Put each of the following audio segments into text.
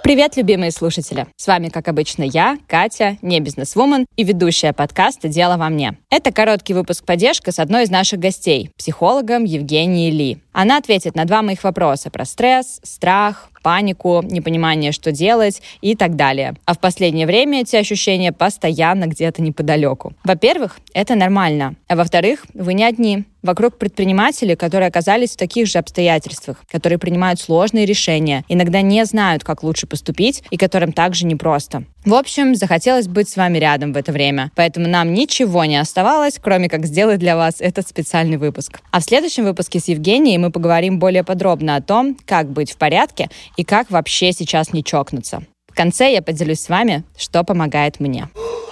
Привет, любимые слушатели! С вами, как обычно, я, Катя, не бизнесвумен и ведущая подкаста «Дело во мне». Это короткий выпуск поддержка с одной из наших гостей, психологом Евгенией Ли. Она ответит на 2 моих вопроса про стресс, страх, панику, непонимание, что делать и так далее. А в последнее время эти ощущения постоянно где-то неподалеку. Во-первых, это нормально. А во-вторых, вы не одни. Вокруг предприниматели, которые оказались в таких же обстоятельствах, которые принимают сложные решения, иногда не знают, как лучше поступить, и которым также непросто. В общем, захотелось быть с вами рядом в это время, поэтому нам ничего не оставалось, кроме как сделать для вас этот специальный выпуск. А в следующем выпуске с Евгенией мы поговорим более подробно о том, как быть в порядке и как вообще сейчас не чокнуться. В конце я поделюсь с вами, что помогает мне.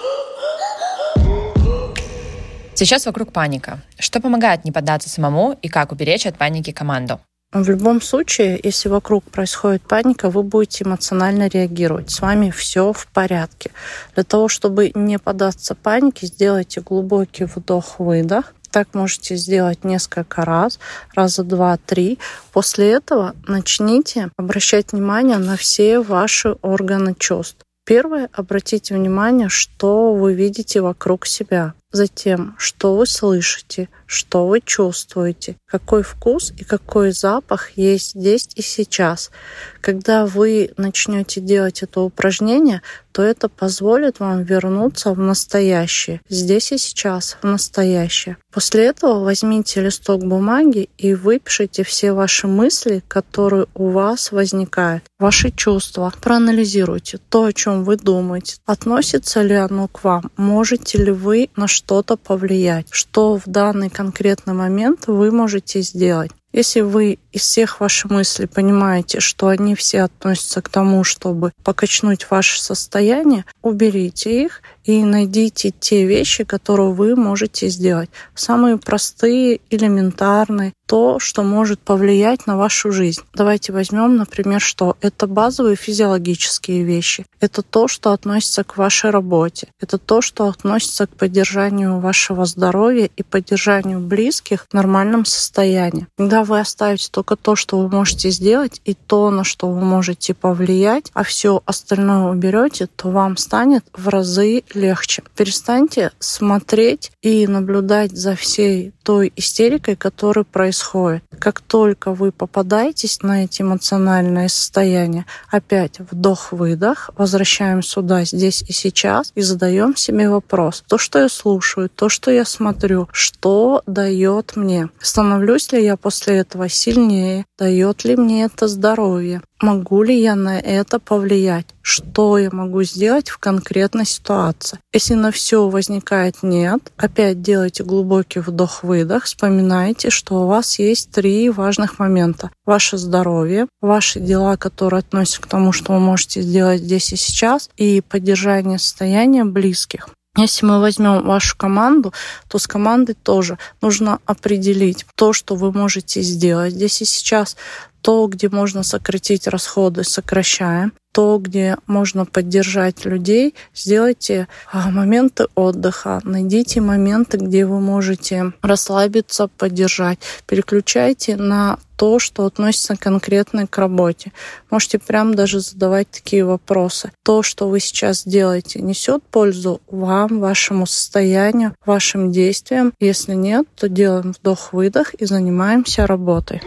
Сейчас вокруг паника. Что помогает не поддаться самому и как уберечь от паники команду? В любом случае, если вокруг происходит паника, вы будете эмоционально реагировать. С вами все в порядке. Для того, чтобы не поддаться панике, сделайте глубокий вдох-выдох. Так можете сделать несколько раз, раза 2-3. После этого начните обращать внимание на все ваши органы чувств. Первое, обратите внимание, что вы видите вокруг себя. Затем, что вы слышите, что вы чувствуете, какой вкус и какой запах есть здесь и сейчас. Когда вы начнете делать это упражнение, то это позволит вам вернуться в настоящее, здесь и сейчас, в настоящее. После этого возьмите листок бумаги и выпишите все ваши мысли, которые у вас возникают, ваши чувства. Проанализируйте то, о чем вы думаете. Относится ли оно к вам? Можете ли вы на что-то повлиять? Что в данный конкретный момент вы можете сделать? Если вы из всех ваших мыслей понимаете, что они все относятся к тому, чтобы покачнуть ваше состояние, уберите их и найдите те вещи, которые вы можете сделать. Самые простые, элементарные, то, что может повлиять на вашу жизнь. Давайте возьмем, например, что это базовые физиологические вещи. Это то, что относится к вашей работе. Это то, что относится к поддержанию вашего здоровья и поддержанию близких в нормальном состоянии. Когда вы оставите только то, что вы можете сделать, и то, на что вы можете повлиять, а все остальное уберете, то вам станет в разы легче. Перестаньте смотреть и наблюдать за всей той истерикой, которая происходит. Как только вы попадаетесь на эти эмоциональные состояния, опять вдох-выдох, возвращаем сюда, здесь и сейчас, и задаем себе вопрос. То, что я слушаю, то, что я смотрю, что дает мне? Становлюсь ли я после этого сильнее? Дает ли мне это здоровье? Могу ли я на это повлиять? Что я могу сделать в конкретной ситуации? Если на все возникает нет, опять делайте глубокий вдох-выдох, вспоминайте, что у вас есть 3 важных момента. Ваше здоровье, ваши дела, которые относятся к тому, что вы можете сделать здесь и сейчас, и поддержание состояния близких. Если мы возьмем вашу команду, то с командой тоже нужно определить то, что вы можете сделать здесь и сейчас, то, где можно сократить расходы, сокращаем. То, где можно поддержать людей, сделайте моменты отдыха, найдите моменты, где вы можете расслабиться, поддержать. Переключайте на то, что относится конкретно к работе. Можете прям даже задавать такие вопросы. То, что вы сейчас делаете, несет пользу вам, вашему состоянию, вашим действиям? Если нет, то делаем вдох-выдох и занимаемся работой.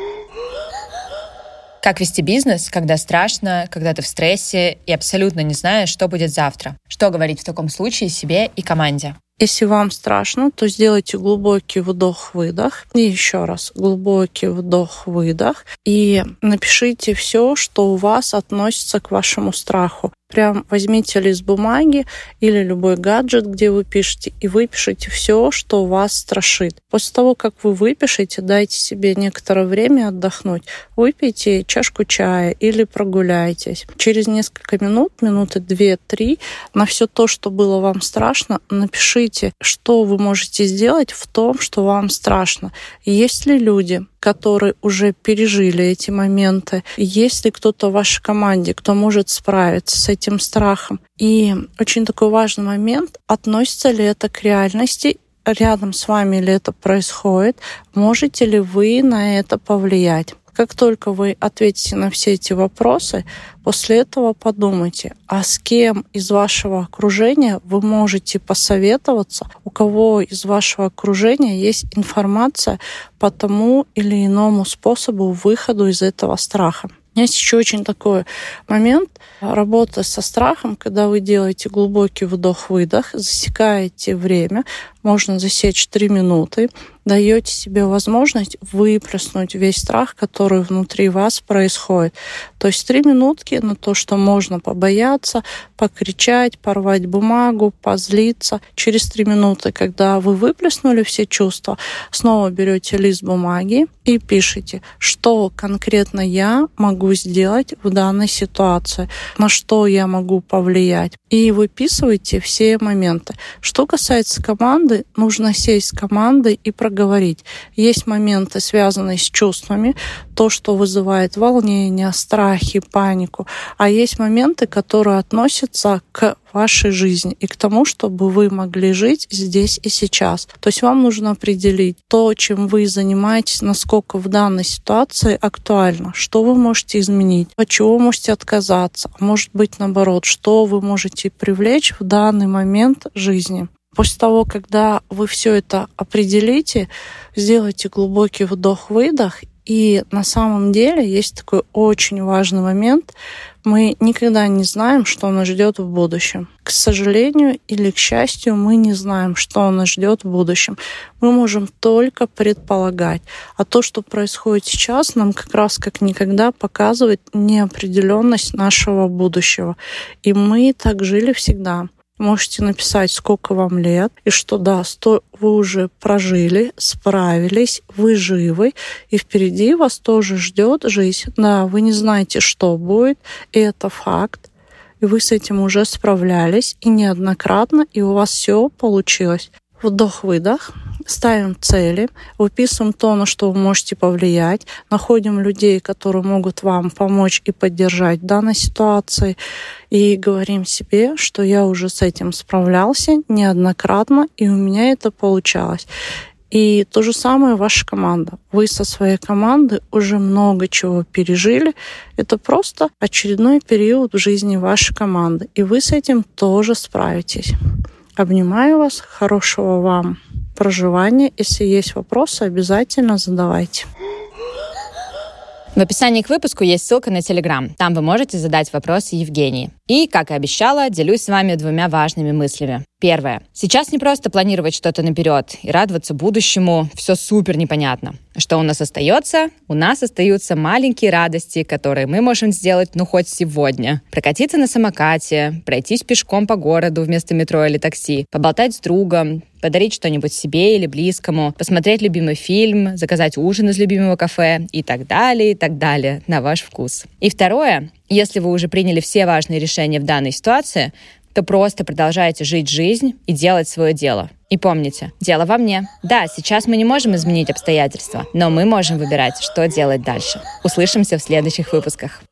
Как вести бизнес, когда страшно, когда ты в стрессе и абсолютно не знаешь, что будет завтра? Что говорить в таком случае себе и команде? Если вам страшно, то сделайте глубокий вдох-выдох. И еще раз глубокий вдох-выдох. И напишите все, что у вас относится к вашему страху. Прям возьмите лист бумаги или любой гаджет, где вы пишете, и выпишите все, что вас страшит. После того, как вы выпишете, дайте себе некоторое время отдохнуть. Выпейте чашку чая или прогуляйтесь. Через несколько минут, минуты 2-3, на все то, что было вам страшно, напишите, что вы можете сделать в том, что вам страшно. Есть ли люди, которые уже пережили эти моменты? Есть ли кто-то в вашей команде, кто может справиться с этим страхом? И очень такой важный момент, относится ли это к реальности, рядом с вами ли это происходит, можете ли вы на это повлиять? Как только вы ответите на все эти вопросы, после этого подумайте, а с кем из вашего окружения вы можете посоветоваться, у кого из вашего окружения есть информация по тому или иному способу выхода из этого страха. Есть еще очень такой момент работы со страхом, когда вы делаете глубокий вдох-выдох, засекаете время, можно засечь 3 минуты, даете себе возможность выплеснуть весь страх, который внутри вас происходит. То есть 3 минутки на то, что можно побояться, покричать, порвать бумагу, позлиться. Через 3 минуты, когда вы выплеснули все чувства, снова берете лист бумаги и пишите, что конкретно я могу сделать в данной ситуации, на что я могу повлиять. И выписывайте все моменты. Что касается команды, нужно сесть с командой и проговорить. Есть моменты, связанные с чувствами, то, что вызывает волнение, страхи, панику. А есть моменты, которые относятся к вашей жизни и к тому, чтобы вы могли жить здесь и сейчас. То есть вам нужно определить то, чем вы занимаетесь, насколько в данной ситуации актуально, что вы можете изменить, от чего вы можете отказаться, а может быть наоборот, что вы можете привлечь в данный момент жизни. После того, когда вы все это определите, сделайте глубокий вдох-выдох. И на самом деле есть такой очень важный момент. Мы никогда не знаем, что нас ждет в будущем. К сожалению или к счастью, мы не знаем, что нас ждет в будущем. Мы можем только предполагать. А то, что происходит сейчас, нам как раз как никогда показывает неопределенность нашего будущего. И мы так жили всегда. Можете написать, сколько вам лет, и что да, вы уже прожили, справились, вы живы, и впереди вас тоже ждет жизнь. Да, вы не знаете, что будет, и это факт. И вы с этим уже справлялись, и неоднократно, и у вас все получилось. Вдох-выдох. Ставим цели, выписываем то, на что вы можете повлиять, находим людей, которые могут вам помочь и поддержать в данной ситуации, и говорим себе, что я уже с этим справлялся неоднократно, и у меня это получалось. И то же самое ваша команда. Вы со своей командой уже много чего пережили. Это просто очередной период в жизни вашей команды, и вы с этим тоже справитесь. Обнимаю вас, хорошего вам проживания. Если есть вопросы, обязательно задавайте. В описании к выпуску есть ссылка на Telegram. Там вы можете задать вопросы Евгении. И, как и обещала, делюсь с вами 2 важными мыслями. Первое. Сейчас не просто планировать что-то наперед и радоваться будущему. Все супер непонятно. Что у нас остается? У нас остаются маленькие радости, которые мы можем сделать, хоть сегодня. Прокатиться на самокате, пройтись пешком по городу вместо метро или такси, поболтать с другом, подарить что-нибудь себе или близкому, посмотреть любимый фильм, заказать ужин из любимого кафе и так далее, на ваш вкус. И второе. Если вы уже приняли все важные решения в данной ситуации, то просто продолжайте жить жизнь и делать свое дело. И помните, дело во мне. Да, сейчас мы не можем изменить обстоятельства, но мы можем выбирать, что делать дальше. Услышимся в следующих выпусках.